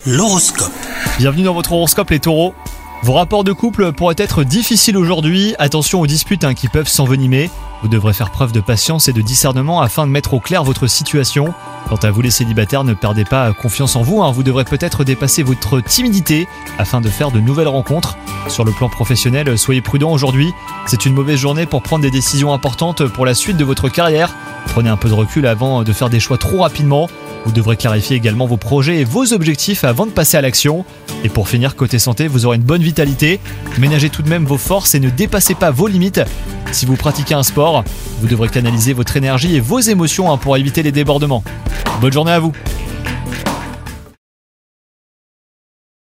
L'horoscope. Bienvenue dans votre horoscope les taureaux. Vos rapports de couple pourraient être difficiles aujourd'hui, attention aux disputes qui peuvent s'envenimer. Vous devrez faire preuve de patience et de discernement afin de mettre au clair votre situation. Quant à vous les célibataires, ne perdez pas confiance en vous, vous devrez peut-être dépasser votre timidité afin de faire de nouvelles rencontres. Sur le plan professionnel, soyez prudents aujourd'hui, c'est une mauvaise journée pour prendre des décisions importantes pour la suite de votre carrière. Prenez un peu de recul avant de faire des choix trop rapidement. Vous devrez clarifier également vos projets et vos objectifs avant de passer à l'action. Et pour finir, côté santé, vous aurez une bonne vitalité. Ménagez tout de même vos forces et ne dépassez pas vos limites. Si vous pratiquez un sport, vous devrez canaliser votre énergie et vos émotions pour éviter les débordements. Bonne journée à vous!